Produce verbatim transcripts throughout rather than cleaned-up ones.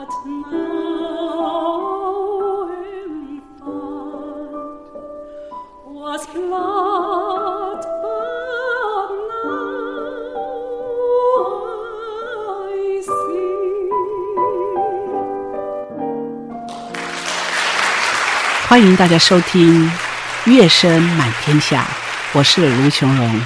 欢迎大家收听《乐声满天下》，我是卢琼荣。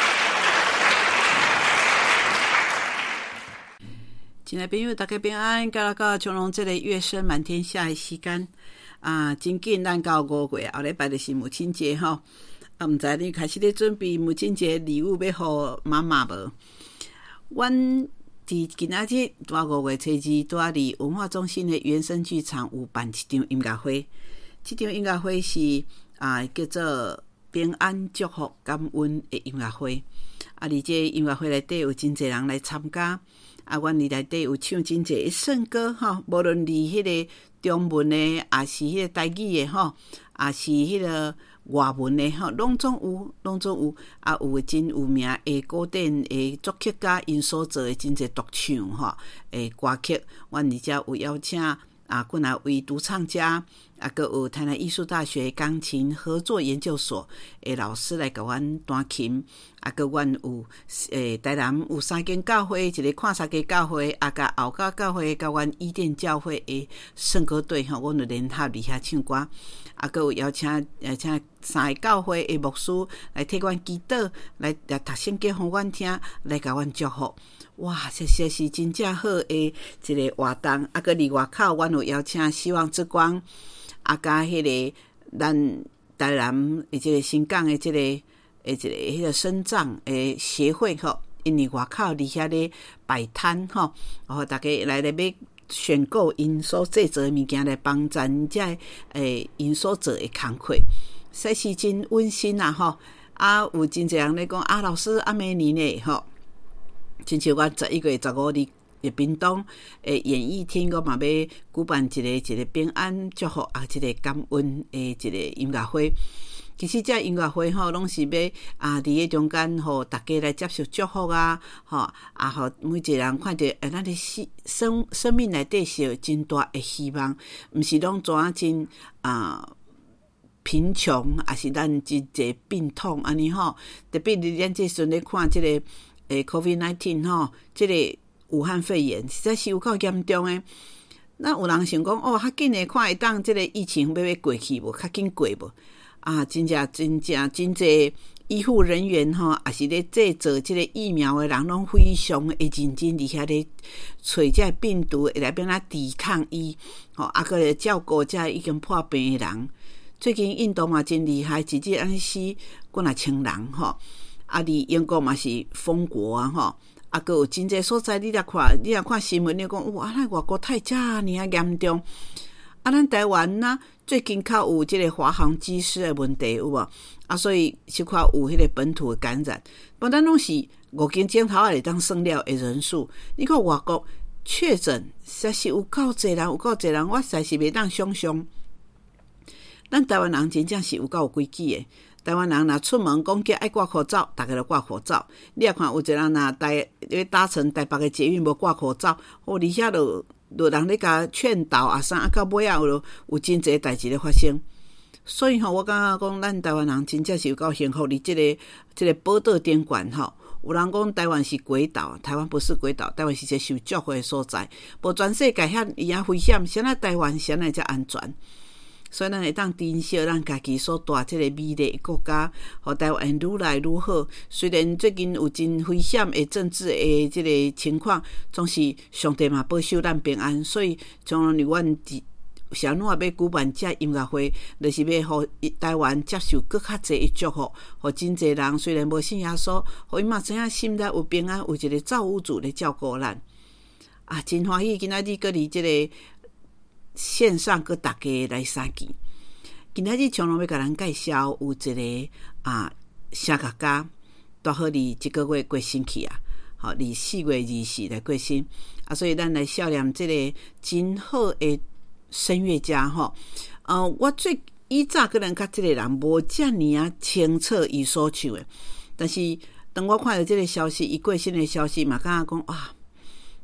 亲爱朋友，大家平安，今日到琼荣这个《乐声满天下》的时间啊，真紧咱到五月，后礼拜就是母亲节吼。啊，唔知你开始咧准备母亲节礼物要互妈妈无？阮伫今仔日大五月初二，伫伫文化中心的原生剧场有办一场音乐会。这场音乐会是啊叫做平安祝福感恩的音乐会，啊，而这音乐会内底有真侪人来参加，啊，阮里内底有唱真侪的圣歌吼，无论是迄个中文的，也是迄个台语的吼，也是迄个外文的吼，拢总有，拢总有，啊，有真有名的古典的作曲家因所做的真侪独唱吼，诶歌曲，阮而遮有邀请啊，过来为独唱家。啊，还有台南艺术大学钢琴合作研究所的老师来给阮弹琴，啊，还有阮有诶台南有三间教会，一个看三间教会，啊，甲后甲教会，甲阮伊甸教会的圣歌队吼，阮就联合伫遐唱歌，啊，还有邀请邀请三个教会的牧师来替阮祈祷，来来读圣经互阮听，来甲阮祝福。哇，这些是真正好的一个活动，啊，搁伫外口，阮有邀请希望之光。啊，甲迄个咱台南诶，即个新港诶，即个诶，一个迄个生长诶协会吼，因为外口伫遐咧摆摊吼，然后大家来咧要选购因所制作诶物件来帮咱遮诶因所做诶工课，实是真温馨啊吼！啊，有真侪人咧讲啊，老师啊，明年咧吼，亲像我十一月十五日。诶，屏东诶演艺厅，我嘛要举办一个一个平安祝福啊，一个感恩诶一个音乐会。其实这音乐会吼，拢是要啊，伫迄中间吼，大家来接受祝福啊，吼啊，互每一个人看到诶，咱的生生命内底是有真大诶希望，毋是拢怎啊真啊贫穷，也是咱真侪病痛安尼吼。特别是咱这时阵咧看即、这个诶 COVID 十九 吼，即、这个。武汉肺炎实在是有够严重诶，那有人想讲哦，较紧诶，看会当即个疫情要要过去无？较紧过无？啊，真正真正真侪医护人员吼，也是咧制作即个疫苗诶人，拢非常诶认真伫遐咧找即个病毒会来变咱抵抗伊，吼，啊个咧照顾即个已经破病诶人。最近印度嘛真厉害，直接安尼死几若千人吼，啊，伫英国嘛是封国啊吼。啊，还有真侪所在，你来看，你来看新闻，你讲哇，咱外国太遮尔严重。啊，咱台湾呐，最近较有即个华航机师的问题有无？啊，所以小可有迄个本土的感染。不然拢是五间钟头啊，会当算了的人数。你看外国确诊，实在是有够侪人，有够侪人，我实在是袂当想象。咱台湾人真正是有够有规矩的。台湾人若出门讲叫爱挂口罩，大家都挂口罩。你也看有一个人若台要搭乘台北的捷运无挂口罩，哦，而遐就就人咧甲劝导啊啥，啊到尾啊有有真侪代志咧发生。所以吼，我感觉讲咱台湾人真正是有够幸福。伫即个即个宝岛顶悬吼，有人讲台湾是鬼岛，台湾不是鬼岛，台湾是一个受祝福的所在。无全世界遐伊啊危险，谁来台湾谁来才安全？所以咱会当珍惜咱家己所住这个美丽的国家，互台湾愈来愈好。虽然最近有真危险的政治的这个情况，总是上帝嘛保守咱平安。所以从阮小努也要举办这音乐会，就是要互台湾接受更较侪的祝福，互真侪人虽然无信耶稣，互伊嘛知影心内有平安，有一个造物主咧照顾咱。啊，真欢喜！今仔日搁伫这个线上搁大家来相见。今仔日长龙要甲咱介绍有一个啊声乐家，拄好伫即个月过身去啊，好，伫四月二四来过身啊，所以咱来孝念即个真好的声乐家吼。呃，我最以早个人甲即个人无遮尔啊清楚伊所唱的，但是当我看到即个消息，伊过身的消息嘛，感觉讲哇，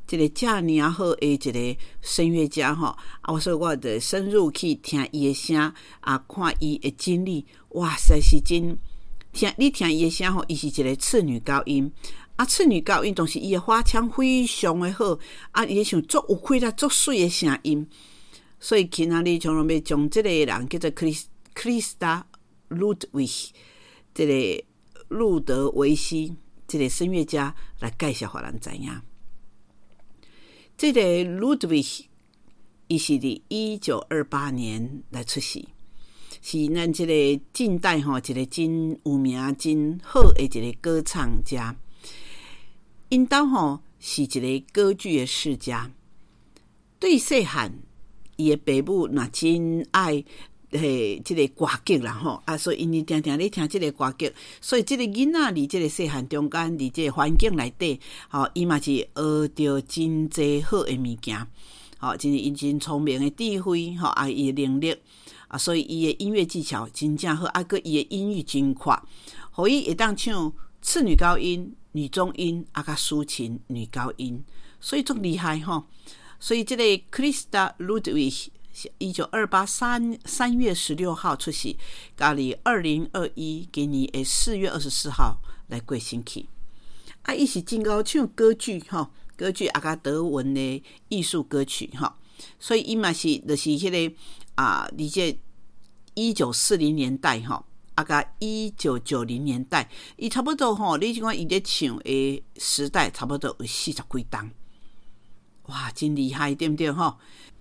这个这么好的一个声乐家吼，啊，所以我就深入去听伊的声，啊，看伊的经历，哇塞，是真听你听伊的声吼，伊是一个次女高音，啊，次女高音同时伊的花腔非常的好，啊，伊像足有开啦足水的声音，所以今仔日像要将这个人叫做 Christa Ludwig， 这个路德维希这个声乐家来介绍给咱知影。这个 Ludwig 伊是伫一九二八年来出世，是咱这个近代吼一个真有名真好的一个歌唱家。因兜吼是一个歌剧的世家，对细汉伊的爸母若真爱嘿，这个歌剧啦吼，啊，所以因定定咧听这个歌剧，所以这个囡仔伫这个细汉中间，伫这个环境内底，吼，伊嘛是学到真济好的物件，吼，真是因真聪明的智慧，吼，啊，伊的能力，啊，所以伊的音乐技巧真正好，啊，个伊的音域真快，互伊会当唱次女高音、女中音，啊，甲抒情女高音，所以足厉害吼。所以这个 Christa Ludwig。一九二八三三月十六号出世，到哩二零二一今年的四月二十四号来过身去。啊，伊是真够唱歌剧吼，歌剧啊，甲德文的艺术歌曲吼，所以伊嘛是就是迄、那个啊，伫这一九四零年代吼，啊，甲一九九零年代，伊差不多吼，你即看伊咧唱的时代差不多有四十几档，哇，真厉害，对不对吼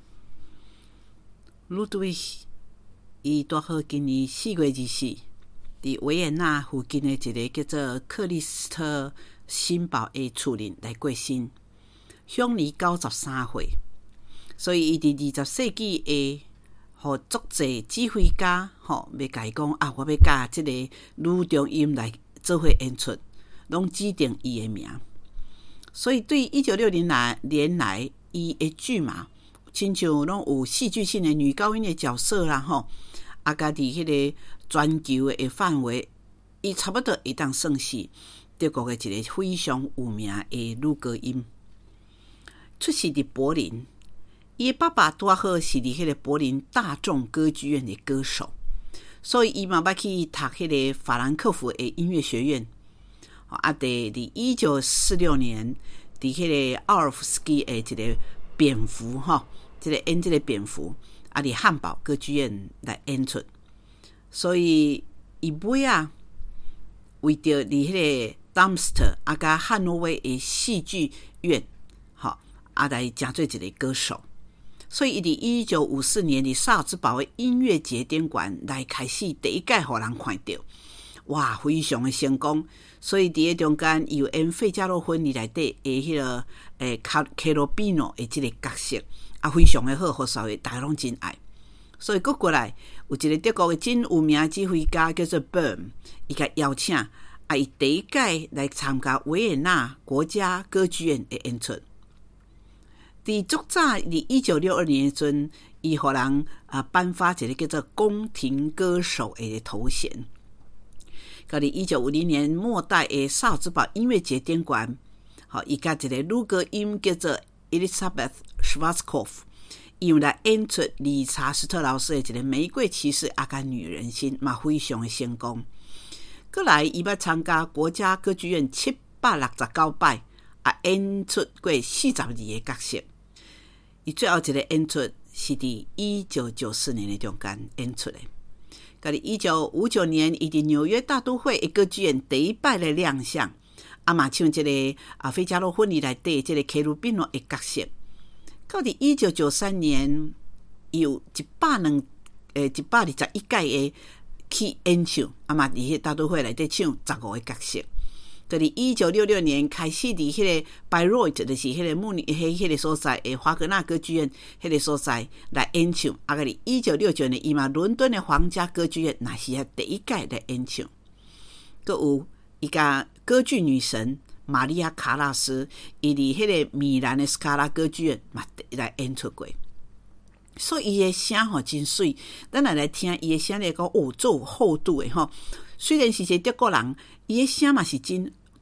？Ludwig 伊大好今年四月二十四，伫维也纳附近的一个叫做克里斯特新堡的厝里来过身，享年九十三岁。所以伊伫二十世纪的，互足济指挥家吼，要甲伊讲啊，我要甲即个女中音来做伙演出，拢指定伊的名。所以对一九六零年来伊的剧嘛。亲像拢有戏剧性的女高音的角色啦吼，啊，家伫迄个全球的范围，伊差不多会当算是德国的一个非常有名的女高音。出世伫柏林，伊的爸爸拄好是伫迄个柏林大众歌剧院的歌手，所以伊嘛捌去读迄个法兰克福的音乐学院。啊，伫伫一九四六年，伫迄个奥尔夫斯基的一个蝙蝠吼。这个演这个蝙蝠啊，伫汉堡歌剧院来演出，所以伊尾啊，为着伫迄个 Darmstadt 啊，甲汉诺威的戏剧院，好啊，来成做一个歌手。所以伊伫一九五四年伫萨尔茨堡的音乐节典馆来开始第一届，互人看到，哇，非常的成功。所以伫个中间，伊有演费加罗婚礼内底的迄个诶卡卡罗比诺的即个角色。啊，非常的好，好受的，大家拢真爱。所以过过来有一个德国的真有名指挥家叫做 Böhm， 伊甲邀请，啊，伊第一届来参加维也纳国家歌剧院的演出。伫足早伫一九六二年的阵，伊互人啊颁发一个叫做宫廷歌手的头衔。到伫一九五零年末代的萨尔茨堡音乐节典馆，好，伊甲一个女歌音叫做Elisabeth Schwarzkopf， 伊用来演出理查斯特劳斯的一个玫瑰骑士啊，甲女人心嘛非常的成功。过来，伊捌参加国家歌剧院七百六十九摆啊，演出过四十二个角色。伊最后一个演出是伫一九九四年的中间演出的。到伫一九五九年，伊伫纽约大都会的歌剧院第一摆的亮相。啊嘛唱这个啊费加罗婚礼内底这个凯鲁宾诺的角色，到伫一九九三年有一百两诶一百二十一届的去演唱，啊嘛伫迄大都会内底唱十五个角色。到伫一九六六年开始伫迄个 Bayreuth， 就是迄个慕尼黑迄个所在诶华格纳歌剧院迄个所在来演唱，啊个伫一九六九年伊嘛伦敦的皇家歌剧院那是遐第一届来演唱，阁有。伊甲歌剧女神玛利亚卡拉斯，伊伫迄个米兰的斯卡拉歌剧院嘛来演出过，所以伊的声吼真水。咱来来听伊的声来讲，哦，做有厚度的吼。虽然是一个德国人，伊的声嘛是真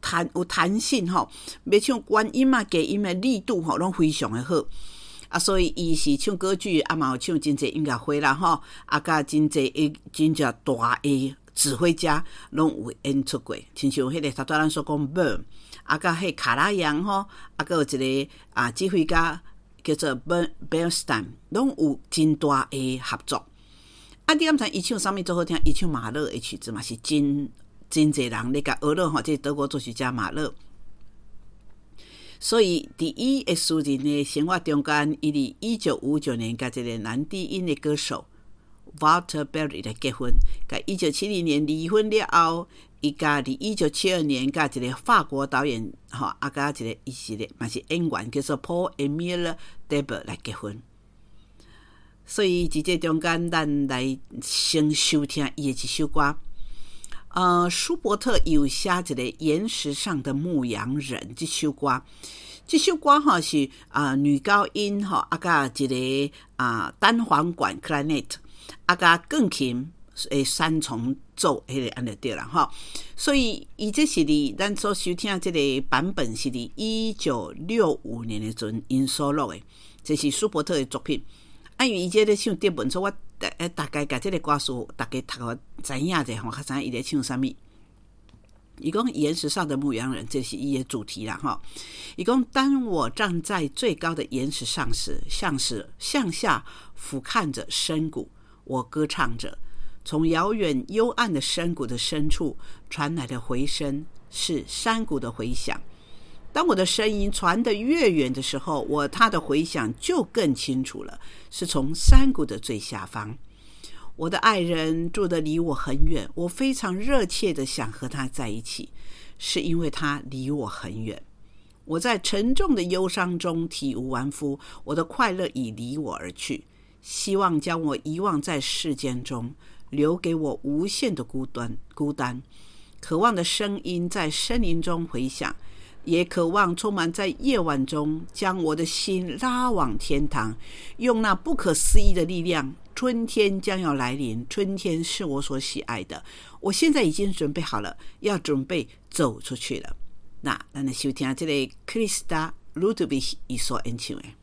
弹有弹性吼，要唱关音啊、低音的力度吼，拢非常的好。啊，所以伊是唱歌剧，啊嘛有唱真侪音乐会啦吼，啊甲真侪诶真正大诶指挥家拢有演出过，亲像迄个头拄咱所讲 Burn， 啊甲迄卡拉扬吼，啊阁有一个啊指挥家叫做 Bernstein， 拢有真大诶合作。啊，你敢知伊唱啥物最好听？伊唱马勒诶曲子嘛，是真真侪人咧甲俄勒吼，即德国作曲家马勒。所以，伫伊的私人的生活中间，伊伫一九五九年甲一个男低音的歌手 Walter Berry 来结婚，甲一九七零年离婚了后，伊甲伫一九七二年甲一个法国导演吼，啊甲一个伊是咧嘛是演员叫做 Paul-Émile Delbert 来结婚。所以伫这中间，咱来先收听伊的一首歌。呃，舒伯特有写一个岩石上的牧羊人这首歌，这首歌哈是啊、呃、女高音哈啊加一个啊、呃、单簧管 clarinet 啊加钢琴诶三重奏迄个安尼对啦哈，所以伊这是伫咱所收听这个版本是伫一九六五年的阵因所录的，这是舒伯特的作品。啊，因为伊这咧唱德文，所以我大大概甲这个歌词大概读个知影者吼，较知影伊咧唱啥物。伊讲岩石上的牧羊人，这是伊的主题啦哈。伊讲当我站在最高的岩石上时，像是向下俯瞰着深谷，我歌唱着，从遥远幽暗的深谷的深处传来的回声是山谷的回响。当我的声音传得越远的时候，我它的回响就更清楚了，是从山谷的最下方。我的爱人住得离我很远，我非常热切地想和他在一起，是因为他离我很远。我在沉重的忧伤中体无完肤，我的快乐已离我而去，希望将我遗忘在世间中，留给我无限的孤单孤单。渴望的声音在森林中回响，也渴望充满在夜晚中，将我的心拉往天堂，用那不可思议的力量。春天将要来临，春天是我所喜爱的，我现在已经准备好了，要准备走出去了。那咱来收听这个克里斯塔·鲁特比希伊所演唱的。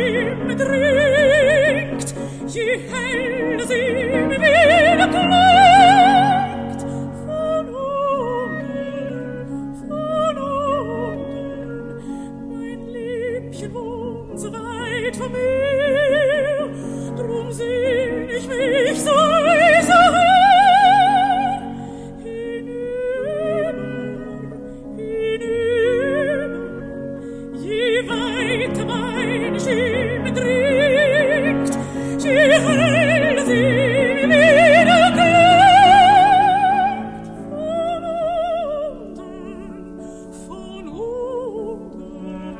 Stimme dringt, je heller sie mir wieder klingt. Von unten, von unten, mein Liebchen wohnt so weit von mir, drum sehn ich mich so leise her. Hinüber, hinüber, je weiter meine Stimme dringt, je heller sie mir wieder klingt. Von unten, von unten.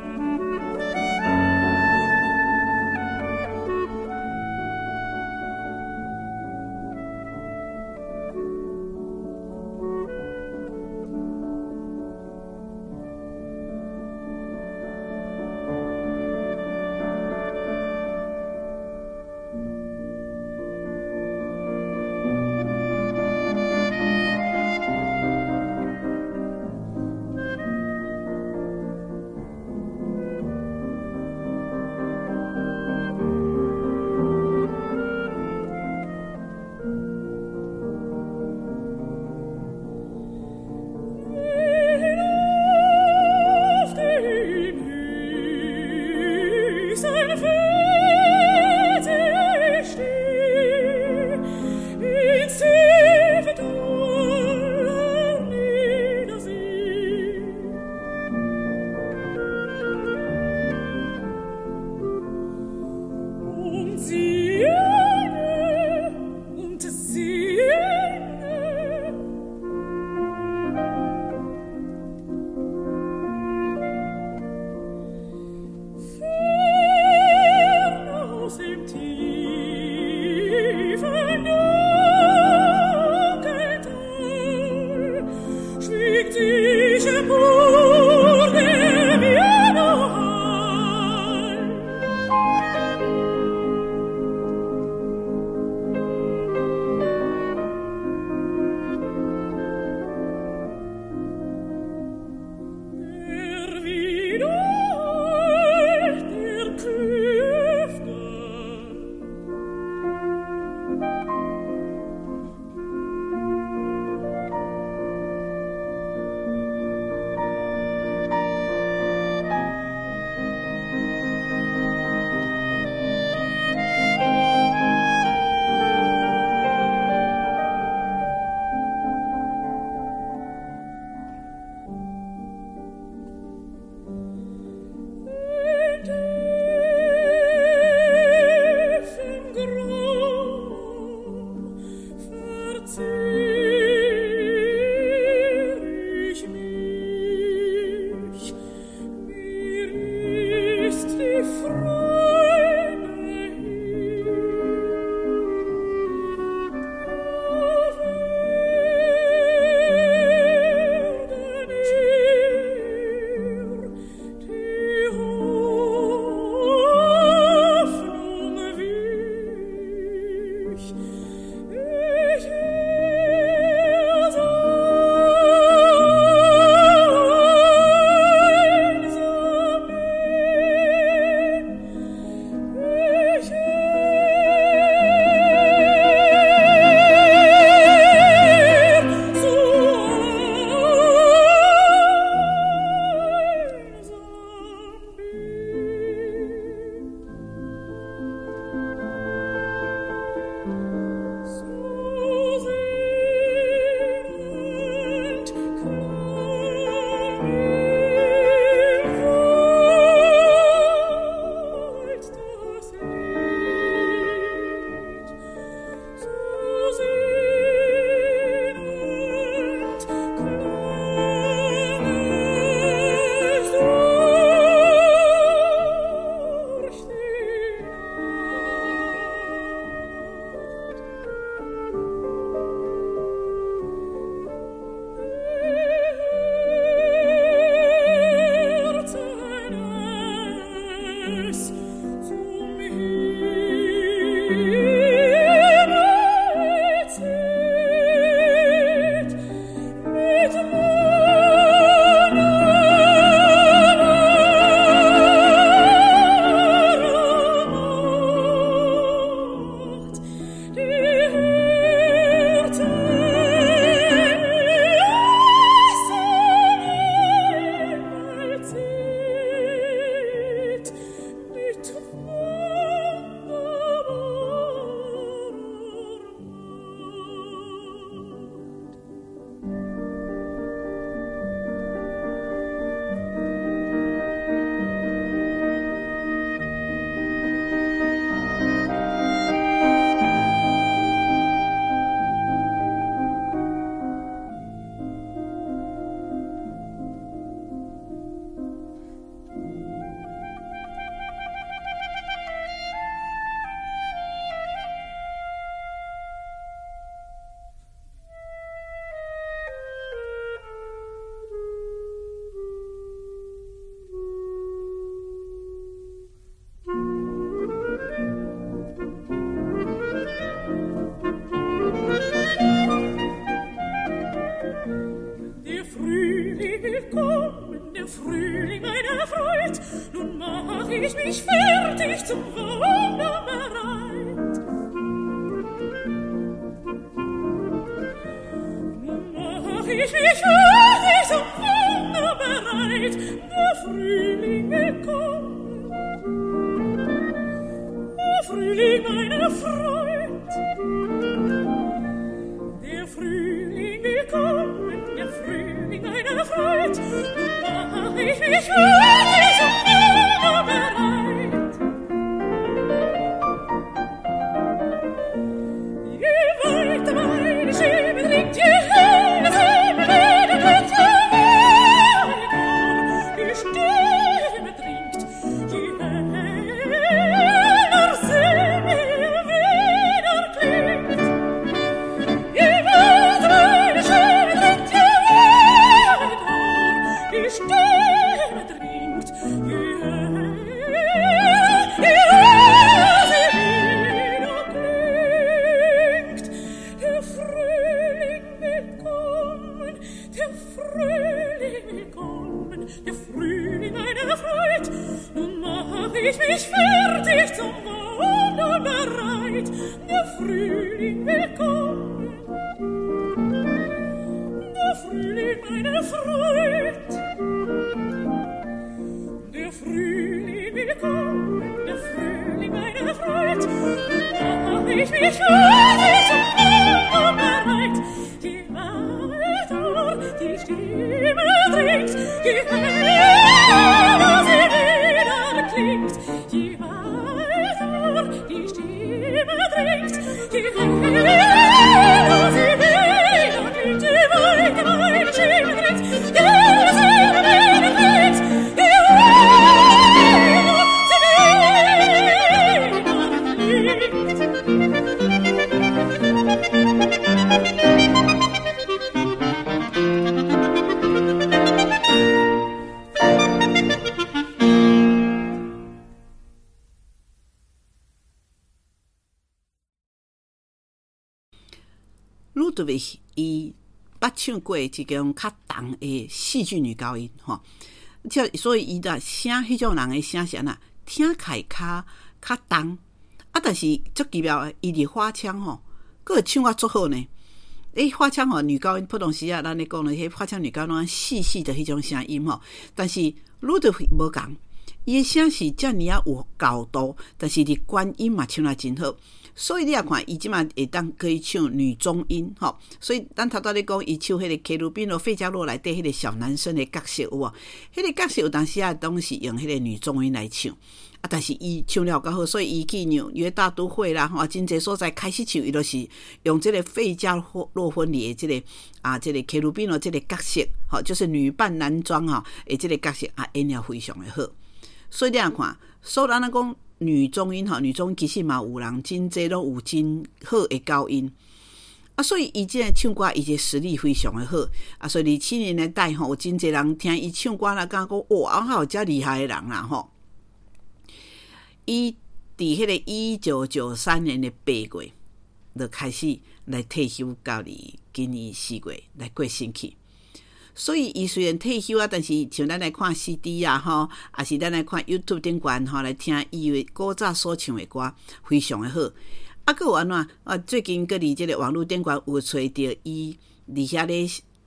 路德维希伊捌唱过一种较重的戏剧女高音吼，所以伊的声迄种人的声是安那听起来较较重啊，但是足奇妙的，伊伫花腔吼，佫唱啊足好呢。诶，花腔吼女高音普通时啊，咱咧讲咧，迄花腔女高音细细的迄种声音吼，但是路德维无共，伊的声是遮尔啊有高度，但是伫关音嘛唱得真好。所以你也看，伊即马会当可以唱女中音吼，所以咱头拄咧讲，伊唱迄个凯鲁宾罗费加洛内底迄个小男生的角色有无？迄个角色有当时啊，当是用迄个女中音来唱啊，但是伊唱了较好，所以伊去纽约大都会啦，吼，真侪所在开始唱，伊就是用这个费加洛婚礼的这个啊，这个凯鲁宾罗这个角色，吼，就是女扮男装哈，诶，这个角色啊演了非常的好。所以你也看，所以咱讲。女中音吼，女中音其实嘛有人真侪拢有真好的高音啊，所以伊即个唱歌伊个实力非常的好啊，所以二七年代吼，有真侪人听伊唱歌啦，感觉哇，还有遮厉害的人啦吼。伊伫迄个一九九三年的八月就开始来退休，到伫今年四月来过身去。所以伊虽然退休啊，但是像咱来看 C D 啊，吼，也是咱来看 YouTube 顶悬吼来听伊的古早所唱的歌，非常的好。啊，佫有安怎啊？最近佫伫即个网络顶悬有找着伊伫遐咧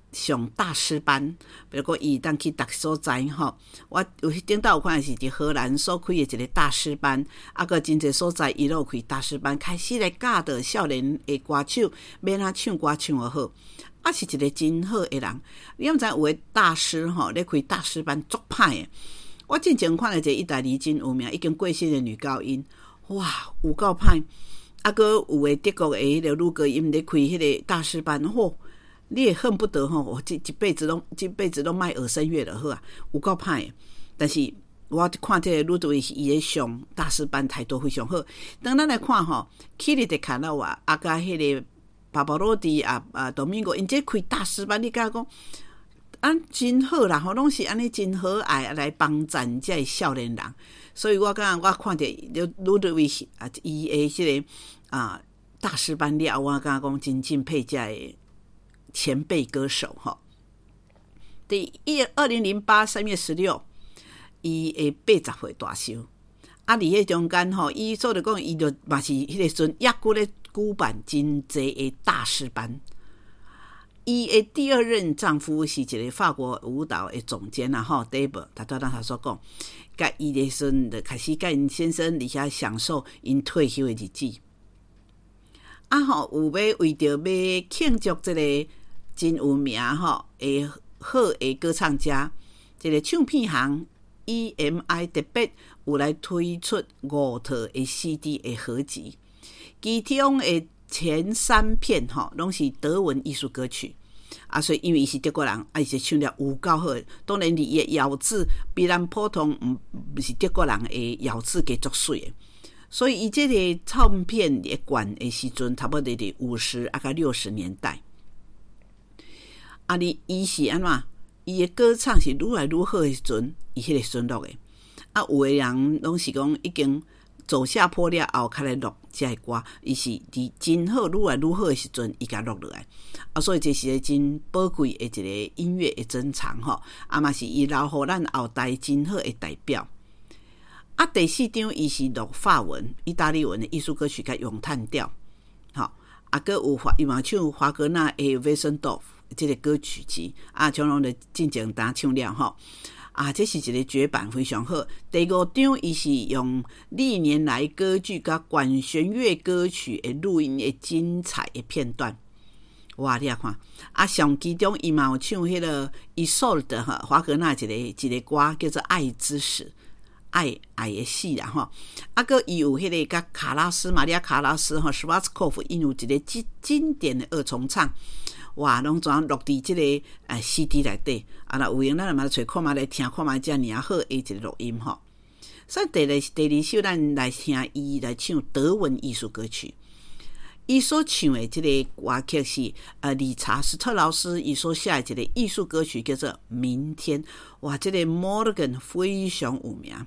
上大师班，比如讲伊当去读所在吼，我有顶到有看是伫荷兰所开的一个大师班，啊个真侪所在伊都有开大师班，开始来教导少年的歌手要哪唱歌唱得好，啊是一个真好的人。你毋知有的大师吼咧开大师班足歹的，我之前看了一个意大利真有名已经过身的女高音，哇有够歹，啊个有的德国的迄个女高音咧开迄个大师班，吼。你也恨不得吼，我这一辈子都这辈子都卖耳声乐了，好啊，有够歹的。但是我看这个ludwig伊咧上大师班态度非常好。当咱来看吼 ，Kiri de Canoa 啊，甲迄个巴巴罗蒂啊啊 Domingo， 因这开大师班，你甲讲，啊真好啦，吼，拢是安尼真和蔼来帮咱这少年人。所以我感觉我看着 ludwig 啊，伊的这个啊大师班了，我感觉讲真敬佩这个前辈歌手哈，第一二零零八三月十六，伊的八十岁大寿。啊，伫迄中间吼，伊所就讲，伊就嘛是迄个时阵，抑骨咧举办真济的大师班。伊的第二任丈夫是一个法国舞蹈的总监啊，吼 ，David， 他拄咱他所讲，甲伊的时阵就开始甲因先生伫遐享受因退休的日子。啊吼，有要为着要庆祝这个真有名吼诶好诶歌唱家，这个唱片行 E M I 特别有来推出五套诶 C D 诶合集，其中诶前三片吼拢是德文艺术歌曲啊，所以因为伊是德国人，啊伊是唱了有够好，当然伊诶咬字比咱普通毋是德国人诶咬字加足水诶。所以伊这个唱片也管的时阵，差不多伫五十啊个六十年代。啊，你伊是安怎？伊的歌唱是愈来愈好的时阵，伊迄个时阵录的。啊，有的人拢是讲已经走下坡了后，开来录这个歌，伊是伫真好愈来愈好的时阵，伊甲录落来。啊，所以这是真宝贵的一个音乐的珍藏吼。啊嘛是伊留互咱后代真好的代表。啊，第四张伊是录法文、意大利文的艺术歌曲，甲咏叹调，好，啊，个有伊嘛唱华格纳的《Wesendorf》这个歌曲集，啊，像拢咧进前单唱了吼，啊，这是一个绝版，非常好。第五张伊是用历年来歌剧甲管弦乐歌曲的录音的精彩的片段，哇，你看，啊，上其中伊嘛有唱迄个伊索的哈华格纳一个一个歌叫做《爱之死》。爱爱的戏啦吼，啊个伊有迄个甲卡拉斯玛利亚卡拉斯吼 Schwarzkopf 因有一个经经典的二重唱，哇，拢全录伫即个诶 C D 内底，啊，若有闲咱嘛找看觅来听看觅遮尔好诶一个录音吼。所以第二第二首咱来听伊来唱德文艺术歌曲，伊所唱的即个歌曲是呃理查斯特劳斯伊所写的一个艺术歌曲叫做《明天》，哇，即个 Morgen 非常有名。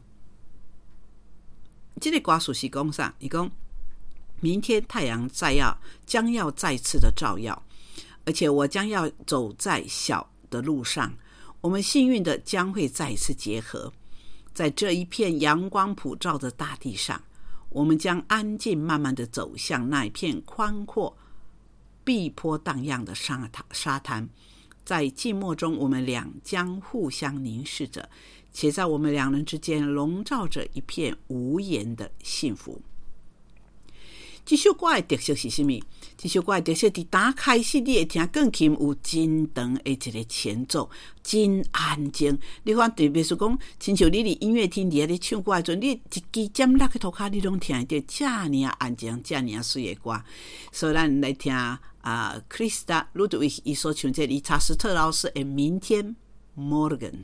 这个歌词是讲啥？伊讲明天太阳再要将要再次的照耀，而且我将要走在小的路上，我们幸运的将会再一次结合，在这一片阳光普照的大地上，我们将安静慢慢的走向那一片宽阔碧波荡漾的沙滩，在寂寞中我们俩将互相凝视着，且在我们两人之间笼罩着一片无言的幸福。这首歌的特色是什么？这首歌的特色是打开始你会听钢琴有真长的一个前奏，真安静。你看特别是讲亲像你伫音乐厅底下咧唱歌的时候，你一支尖落去涂骹你拢听得到这么安静这么水的歌。所以咱来听啊 Christa Ludwig 伊所唱这理查斯特劳斯的明天 Morgen。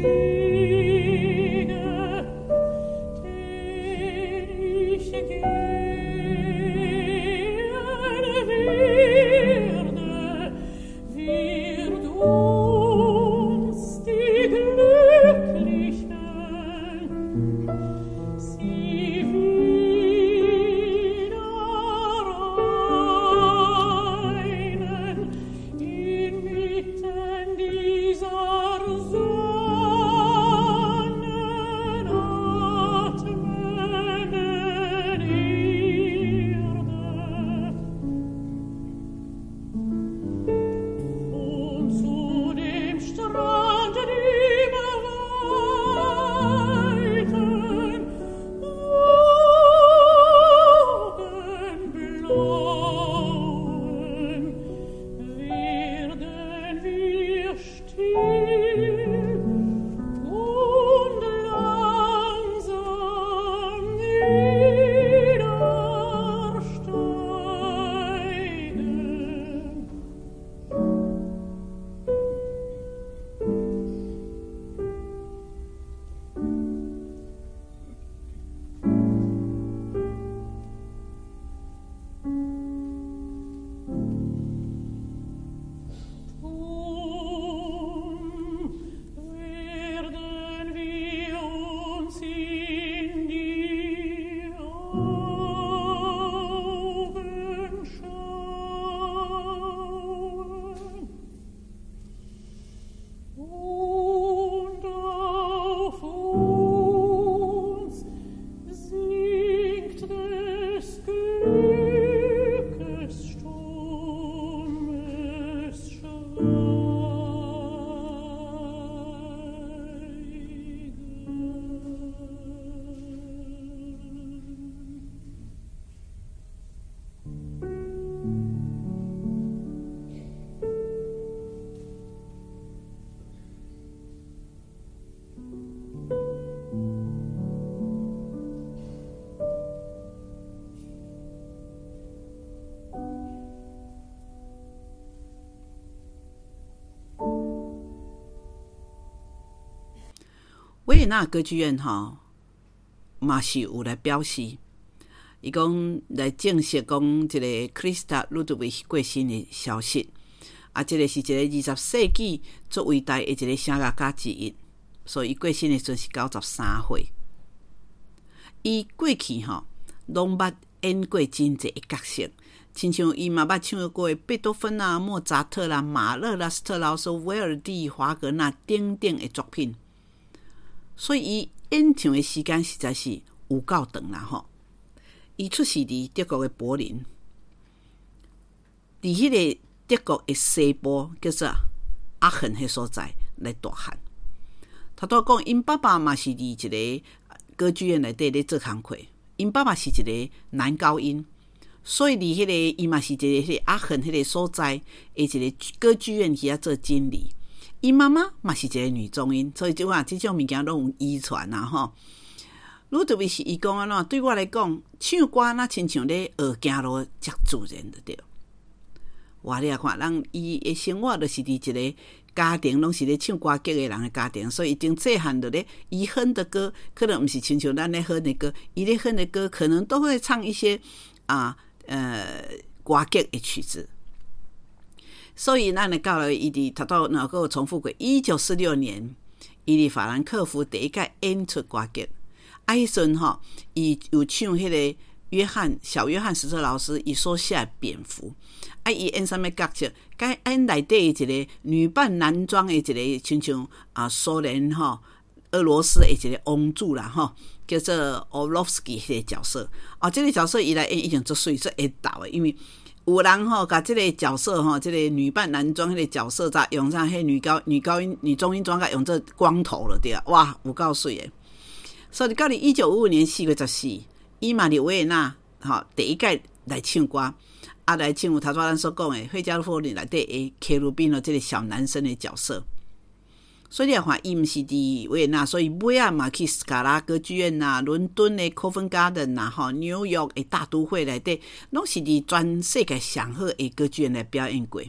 维也纳歌剧院吼嘛是有来表示，伊讲来证实讲这个克里斯塔路德维希过身的消息，啊，这个是一个二十世纪最伟大的一个声乐家之一，所以伊过身的时阵是九十三岁。伊过去吼拢捌演过真侪个角色，亲像伊嘛捌唱过贝多芬啊、莫扎特啦、马勒啦、斯特劳斯、威尔第、华格纳等等的作品。所以伊演唱的时间实在是有够长啦吼！伊出世伫德国的柏林，伫迄个德国的西部叫做阿肯迄所在来大汉。头拄讲，因爸爸嘛是伫一个歌剧院内底咧做工课，因爸爸是一个男高音，所以伫迄个伊嘛是一个迄个阿肯迄个所在的一个歌剧院去遐做经理。因妈妈嘛是一个女中音，所以即话即种物件拢有遗传啊吼。路德维希伊讲安怎，对我来讲，唱歌那亲像咧学行路遮自然就对。我你啊看，人伊的生活就是伫一个家庭，拢是咧唱歌剧的人的家庭，所以一定细汉就咧伊哼的歌，可能毋是亲像咱咧哼的歌，伊咧哼的歌可能都会唱一些啊呃歌剧的曲子。所以咱的到了伊伫头拄能够重复过，一九四六年，伊伫法兰克福第一届演出歌剧。啊，迄阵吼，伊有唱迄个约翰小约翰史特劳斯伊所写的《蝙蝠》。啊，伊演啥物角色？该演内底一个女扮男装的一个，亲像啊苏联吼、俄罗斯的一个王子啦吼，叫做 Orlovsky 迄个角色。啊，这个角色伊来演已经足水足会导的，因为有人吼，甲这个角色吼，这个女扮男装迄个角色，咋用上迄女高女高音女中音装，甲用做光头了对啊，哇，有够水的。所以到了一九五五年四月十四，伊嘛伫维也纳吼第一届来唱歌，啊来唱有头拄咱所讲的《费加罗夫人》内底的克鲁宾的这个小男生的角色。所以你看，伊毋是伫维也纳，所以尾仔嘛去斯卡拉歌剧院呐、伦敦的 Covent Garden 呐、吼纽约的大都会内底，拢是伫全世界上好的歌剧院来表演过。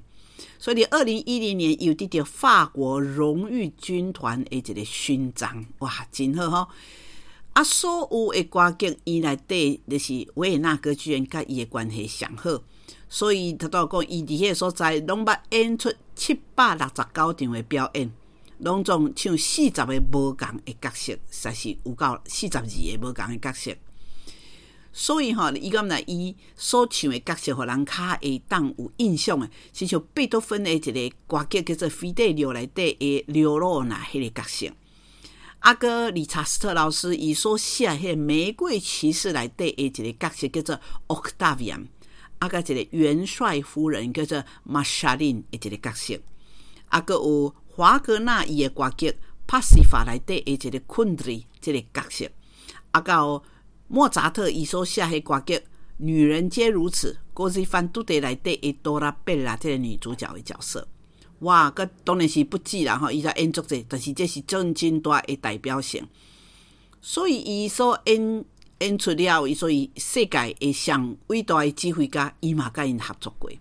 所以二零一零年有得到法国荣誉军团的一个勋章，哇，真好吼！啊，所有的歌剧伊内底就是维也纳歌剧院甲伊的关系上好，所以他都讲伊伫迄个所在拢捌演出七百六十九场的表演，拢总唱四十个无共的角色，实在是有够四十二个无共的角色。所以吼，伊讲呢，伊所唱的角色，互人较会当有印象的，是像贝多芬的一个歌剧叫做《腓特烈》内底的刘罗娜迄个角色。啊个理查斯特老师伊所写迄个《玫瑰骑士》内底的一个角色叫做 Octavian， 啊个一个元帅夫人叫做 Marceline 的一个角色，啊个有华格纳伊的歌剧《帕西法》内底的一个 Kundry 这个角色，啊个有莫扎特伊所写迄歌剧《女人皆如此》郭西范杜德内底的多拉贝拉这个女主角的角色。哇，个当然是不止啦吼，伊才演足者，但是这是真真大的代表性。所以伊所演演出了，伊所以世界的上伟大的指挥家，伊嘛甲因合作过。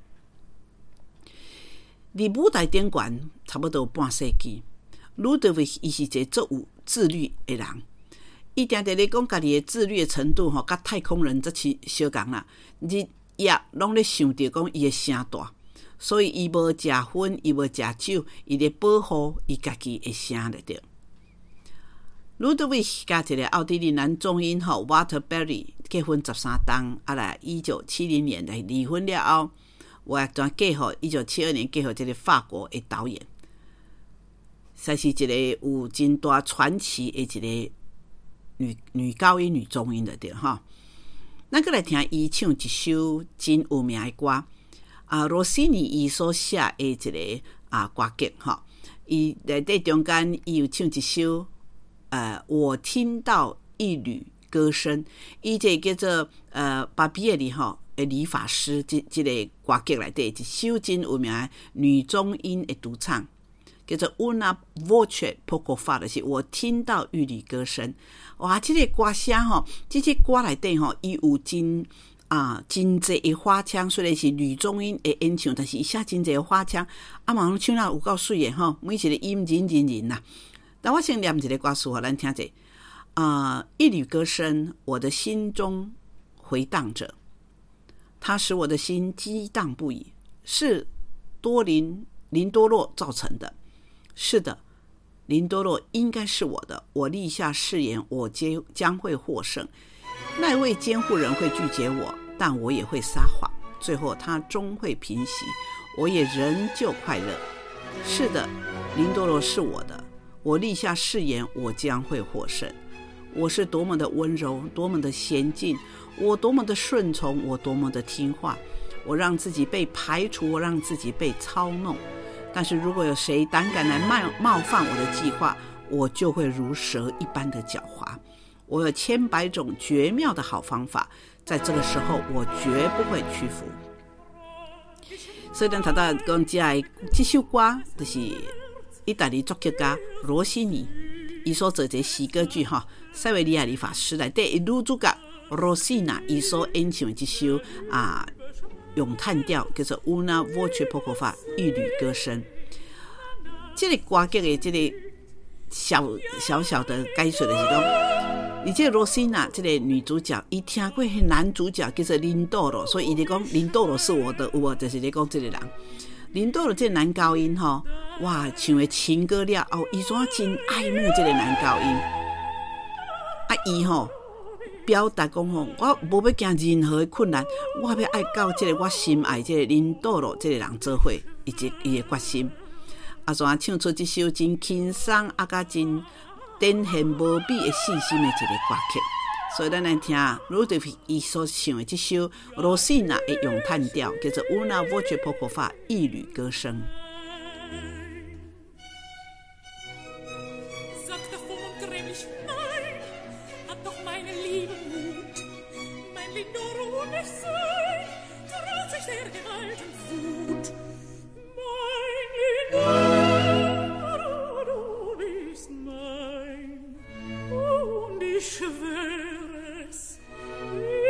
伫舞台顶悬差不多半世纪，鲁德维希伊是一个足有自律的人。伊定定咧讲家己的自律的程度吼，甲太空人则是相共啦。日夜拢咧想着讲伊的声大。所以伊无食薰，伊无食酒，伊咧保护伊家己的声了着。鲁德维希甲一个奥地利男中音吼 Walter Berry 结婚十三冬，啊来一九七零年来离婚了后，我转嫁互一九七二年嫁互这个法国的导演，才是一个有真大传奇的一个女女高音、女中音了着吼。咱搁来听伊唱一首真有名的歌。啊，罗西尼伊所写的一个啊歌剧吼，伊内底中间伊有唱一首呃，我听到一缕歌声，伊这叫做呃巴比耶里吼的理发师这这个歌剧内底一首真有名的女中音的独唱，叫做 Una voce poco fa， 就是我听到一缕歌声。哇，这个歌声吼，这些歌内底吼，伊有真。啊，真济的花腔，虽然是女中音的演唱，但是伊写真济的花腔，啊，嘛唱了有够水的吼，每一个音人人人呐。但我先念一个歌词，互咱听者。啊、呃，一缕歌声，我的心中回荡着，它使我的心激荡不已。是多林林多洛造成的，是的，林多洛应该是我的。我立下誓言，我将会获胜。那位监护人会拒绝我，但我也会撒谎，最后他终会平息，我也仍旧快乐。是的，林多罗是我的，我立下誓言，我将会获胜。我是多么的温柔，多么的娴静，我多么的顺从，我多么的听话。我让自己被排除，我让自己被操弄。但是如果有谁胆敢来冒犯我的计划，我就会如蛇一般的狡猾。我有千百种绝妙的好方法，在这个时候我绝不会屈服。所以咱头头讲这这首歌就是意大利作曲家罗西尼伊所做这诗歌剧哈，塞维利亚理发师内底女主角罗西娜伊所演唱的这首啊咏叹调叫做 Una voce poco fa 一缕歌声。这个歌剧的这个小小小的解说就是讲。而且罗西娜这个女主角，伊听过迄男主角叫做林多罗，所以伊就讲林多罗是我的，有无？就是咧讲这个人。林多罗这个男高音吼，哇，唱的情歌了后，伊怎真爱慕这个男高音。啊，伊吼表达讲吼，我无要惊任何的困难，我要爱到这个我心爱这个林多罗这个人做伙，伊一伊的决心。啊，怎唱出这首真轻松啊，甲真。展现无比的信心的一个歌曲，所以咱来听鲁德维伊所唱的这首罗西娜的咏叹调，叫做 Una voce poco fa 一缕歌声。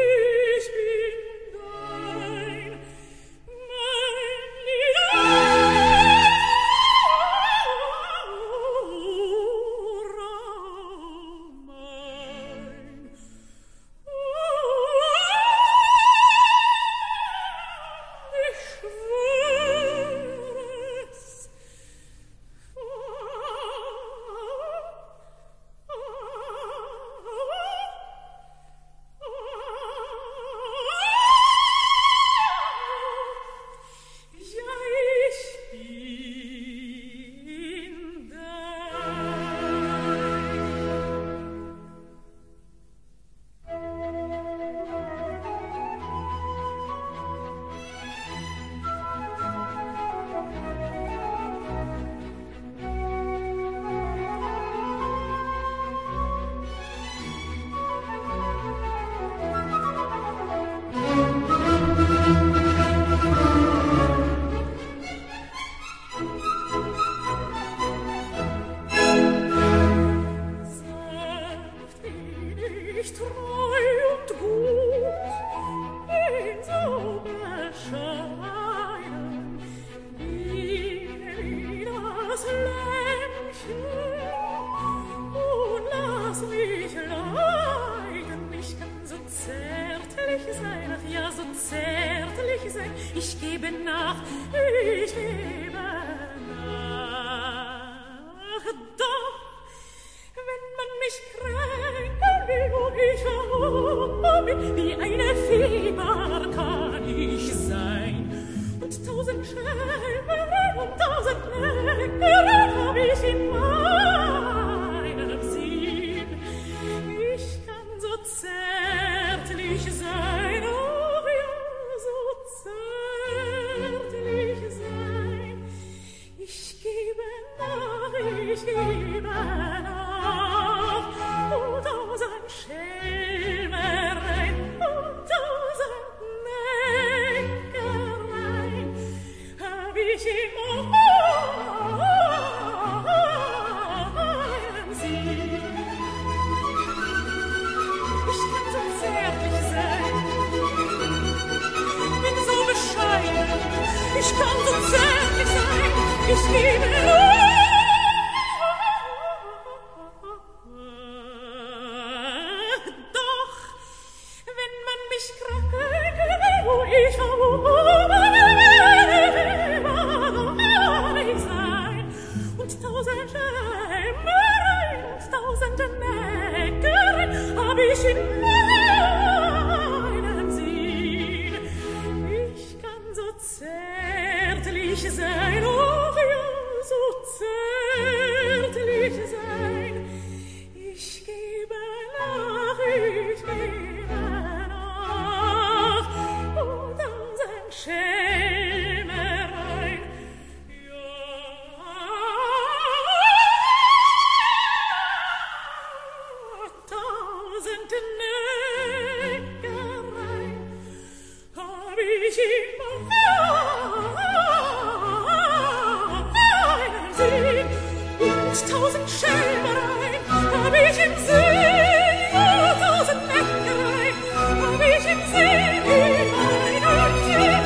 Ich bin dein, mein Lied. gebe nach, ich gebe nach. Doch, wenn man mich kränken will, wo ich verloren bin, wie eine Fieber kann ich sein. Und tausend Schelmen und tausend Neckereien hab ich in meinem Sinn. Ich kann so zärtlich sein, oh ja, so zärtlich sein. Ich gebe nach, ich gebe nach, oh tausend Schelmereien, oh tausend Neckereien hab ich in meinem Sinn. Ich kann so zärtlich sein, bin so bescheiden, ich kann so zärtlich sein, ich gebe nach. Doch, wenn man mich kränken will, wo ich verloren ich sein, und tausend Schämereien und tausende Neckereien hab ich in meinem Sinn. Ich kann so zärtlich sein, oh ja, so zärtlich sein. Ich gebe nach, ich gebe nach, oh tausend Schelmereien, ja, tausend Neckereien hab ich in meinem Sinn, und tausend Schelmereien hab ich im Sinn, oh, tausend Neckereien hab ich im Sinn, in meinem Sinn.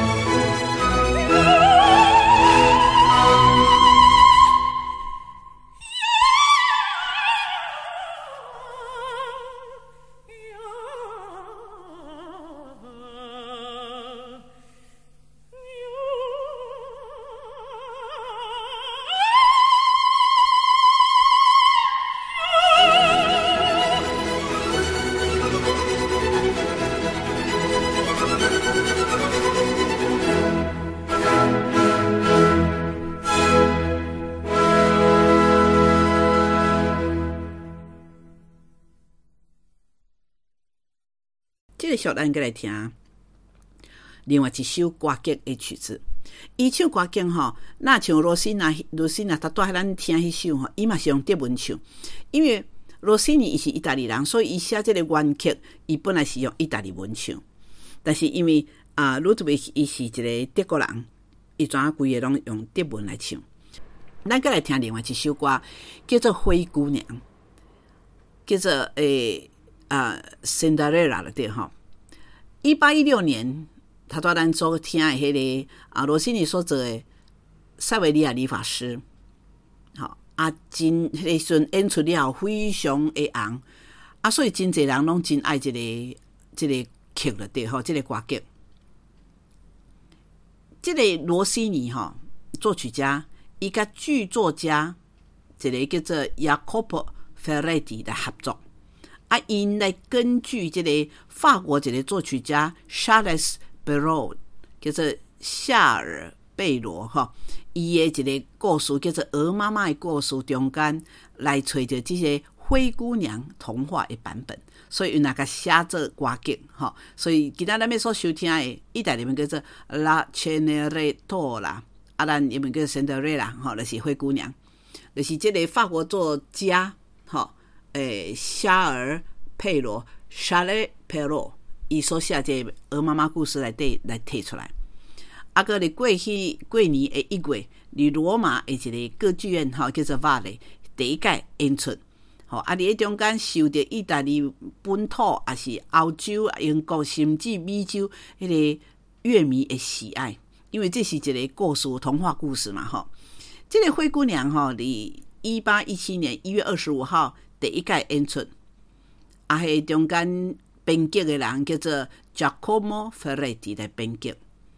这个小咱过来听另外一首歌剧的曲子。伊唱歌剧吼，那像罗西娜，罗西娜他带咱听迄首吼，伊嘛是用德文唱，因为罗西尼伊是意大利人，所以伊写这个原曲，伊本来是用意大利文唱，但是因为啊，ludwig伊是一个德国人，伊怎啊规个拢用德文来唱。咱再来听另外一首歌，叫做《灰姑娘》，叫做诶啊《Cinderella》了对吼。一八一六年，他带咱做听的迄个啊罗西尼所做的塞维利亚理发师，好啊，真迄个时阵演出了非常的红啊，所以真侪人拢真爱这个这个剧了对吼，这个歌剧。这个罗西尼吼作曲家，伊甲剧作家一个叫做 Jacopo Ferretti 的合作。啊，因来根据这个法国一个作曲家 Charles Perrault 叫做夏尔贝罗哈，伊的一个故事叫做《鹅妈妈的故事》中间来找到这些灰姑娘童话的版本，所以有那个写做歌剧哈。所以今仔咱要所收听的意大利文叫做 La Cenerentola， 啊，咱英文叫 Cinderella 哈，就是灰姑娘，就是这个法国作家哈。诶，夏尔佩罗 （Charles Perrault） 伊所写这鹅妈妈故事来底来提出来。啊，个咧过去过年的一月，伫罗马的一个歌剧院吼，叫做瓦雷第一届演出。吼，啊，伫中间受到意大利本土也是欧洲、英国甚至美洲迄个乐迷的喜爱，因为这是一个故事童话故事嘛吼。这个灰姑娘吼，伫一八一七年一月二十五号。第一届演出，啊，迄中间编剧的人叫做 Giacomo Ferretti 来编剧，啊，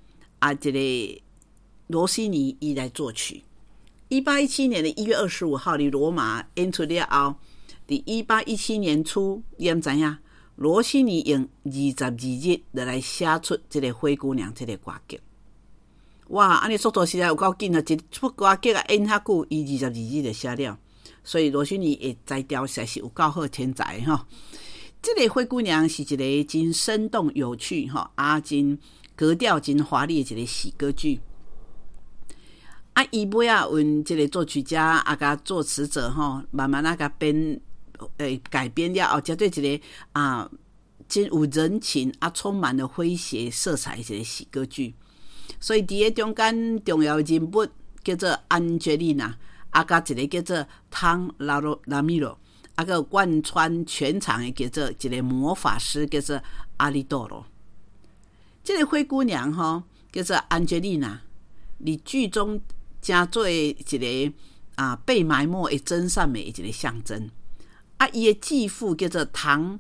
啊，这个罗西尼伊来作曲。一八一七年的一月二十五号，伫罗马演出了后，伫一八一七年初，你毋知影？罗西尼用二十二日来写出这个《灰姑娘》这个歌剧。哇，安尼速度实在有够紧啊！一出歌剧啊演遐久，伊二十二日就写了。所以罗西尼的才调实在是有够好天才吼。这个《灰姑娘》是一个真生动有趣吼，啊，真格调真华丽的一个喜歌剧。啊，伊尾啊，阮这个作曲家啊，甲作词者吼，慢慢啊甲编，诶，改编了后，才对一个啊，真有人情啊，充满了诙谐色彩的一个喜歌剧。所以伫个中间重要人物叫做安吉丽娜，啊，甲一个叫做汤拉罗拉米罗，啊，个贯穿全场的叫做一个魔法师叫做阿里多罗。这个灰姑娘吼叫做安吉丽娜，伫剧中加做一个啊被埋没的真善美的一个象征。啊，伊的继父叫做唐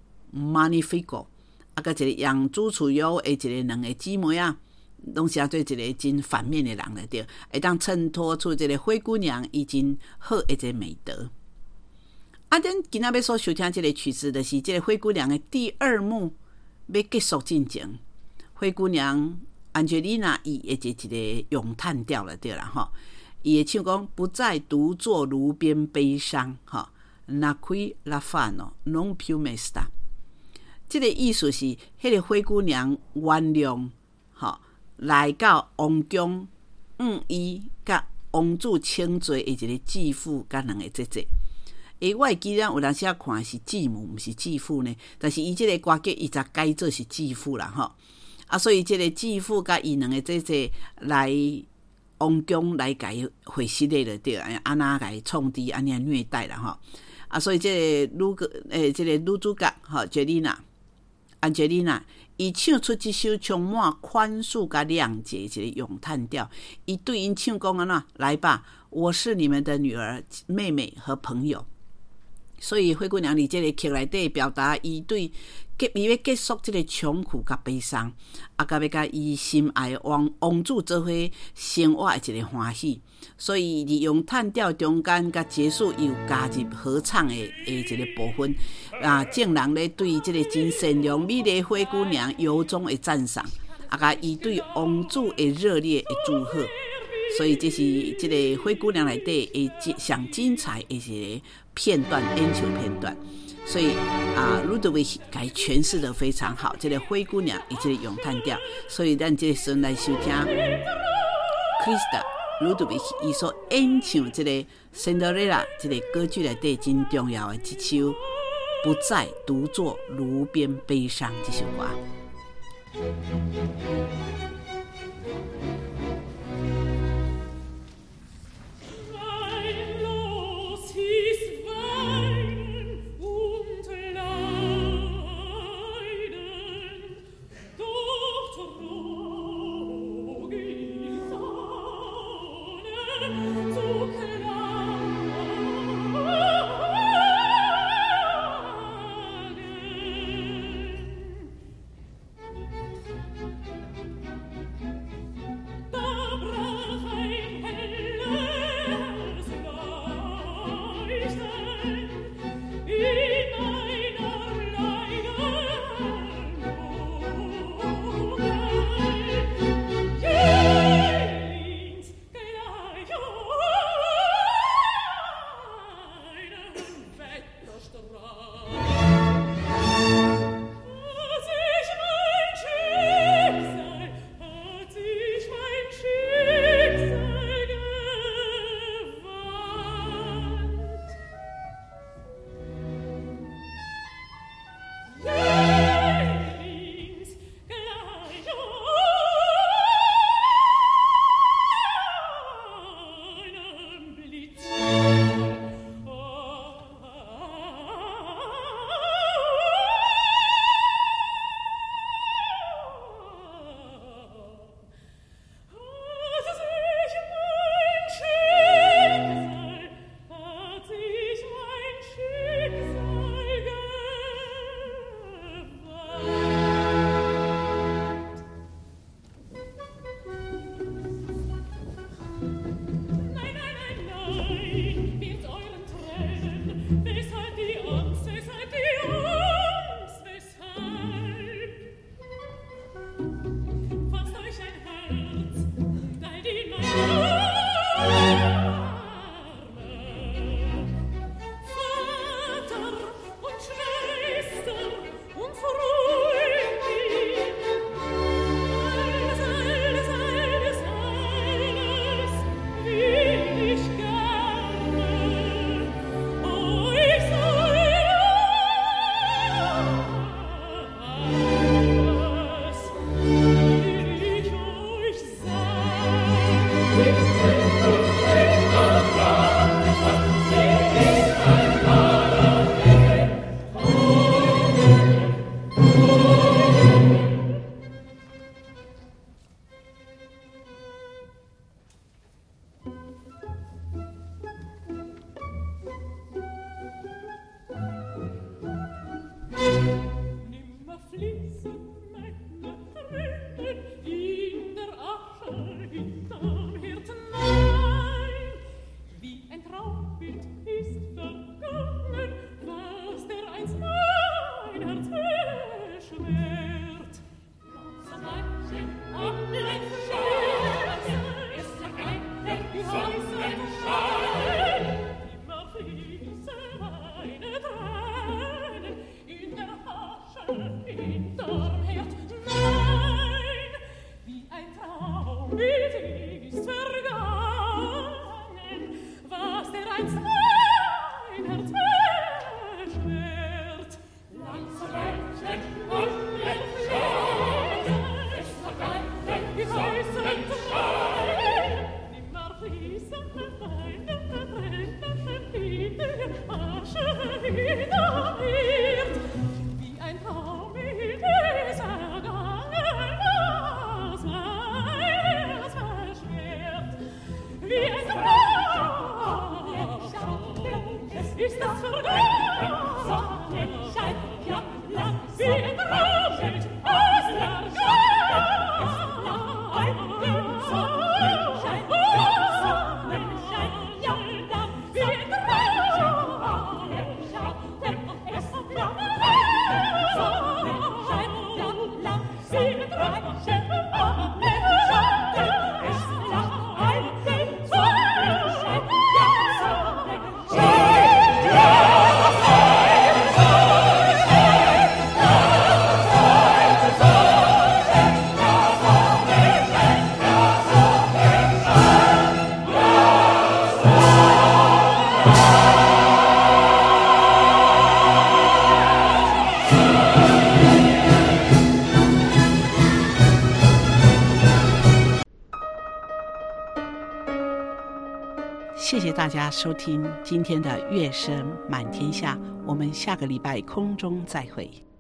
Magnifico， 啊，甲一个养朱楚幽的一个两个姊妹啊，拢是做一个真反面的人来对，会当衬托出这个灰姑娘伊真好的一个美德。啊，咱今仔要所收听这个曲子，就是这个灰姑娘的第二幕要结束进前，灰姑娘安吉丽娜伊会一个咏叹调了对啦吼，伊会唱讲不再独坐炉边悲伤吼 ，na qui la fanno non più mesta。这个意思是，迄个灰姑娘原谅吼来到王宫，嗯，伊甲王子请罪的一个继父甲两个姐姐。诶，我会记得有当时啊看是继母，毋是继父呢，但是伊这个歌剧伊才改做是继父啦吼。啊，所以这个继父甲伊两个姐姐来王宫来甲伊会失礼了对，安那甲伊创治，安尼虐待啦吼。啊，所以这个女个诶，这个女主角吼，杰丽娜，安杰丽娜，伊唱出这首充满宽恕甲谅解一个咏叹调，伊对因唱讲安那，来吧，我是你们的女儿、妹妹和朋友。所以灰姑娘伫这个剧内底表达伊对结伊要结束这个穷苦甲悲伤，啊，甲要甲伊心爱的王王子做伙生活的一个欢喜。所以利用叹调中间甲结束又加入合唱的的一个部分，啊，众人咧对这个真善良美丽的灰姑娘由衷的赞赏，啊，甲伊对王子的热烈的祝贺。所以这是这个灰姑娘内底的上精彩的一个片段，演唱片段。所以啊，路德维希给诠释得非常好，这个灰姑娘以及咏叹调。所以咱这时来收听 Krista 路德维希伊所演唱这个 Cinderella 这个歌剧内底真重要的这首《不再独坐炉边悲伤》这首歌。 hinterm Herd. Nein, wie ein Traum ist vergangen, was der einst mein Herz beschwert. Langsam Ländchen und Ländchen, es vergangen die heißen Tränen, nimmer fließen meine brennende Liebe, Asche wieder wird, wie ein Traum ist ergangen, was mein Herz beschwert. Wie ein Traum ist das vergangen, Sonnenschein, ja, lang, wie ein Traum ist vergangen. Sonnenschein, Sonnenschein, ja, lang, wie ein Traum. Schatten es blau, Sonnenschein, ja, lang, wie ein Traum. Schatten es blau, Sonnenschein, ja, 谢谢大家收听今天的乐声满天下，我们下个礼拜空中再会。